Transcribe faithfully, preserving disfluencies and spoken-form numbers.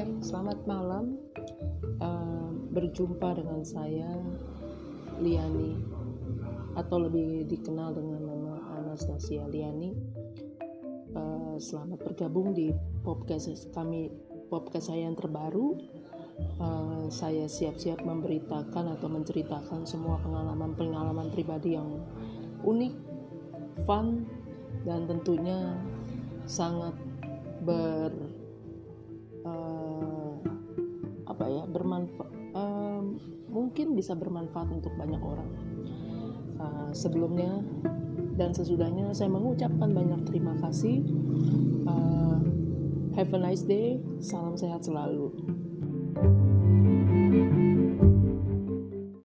Hai, selamat malam. Uh, berjumpa dengan saya, Liani, atau lebih dikenal dengan nama Anastasia Liani. Uh, selamat bergabung di podcast kami, podcast saya yang terbaru. Uh, saya siap-siap memberitakan atau menceritakan semua pengalaman-pengalaman pribadi yang unik, fun, dan tentunya sangat ber uh, apa ya bermanfaat, uh, mungkin bisa bermanfaat untuk banyak orang. Uh, sebelumnya dan sesudahnya saya mengucapkan banyak terima kasih. Uh, have a nice day, salam sehat selalu.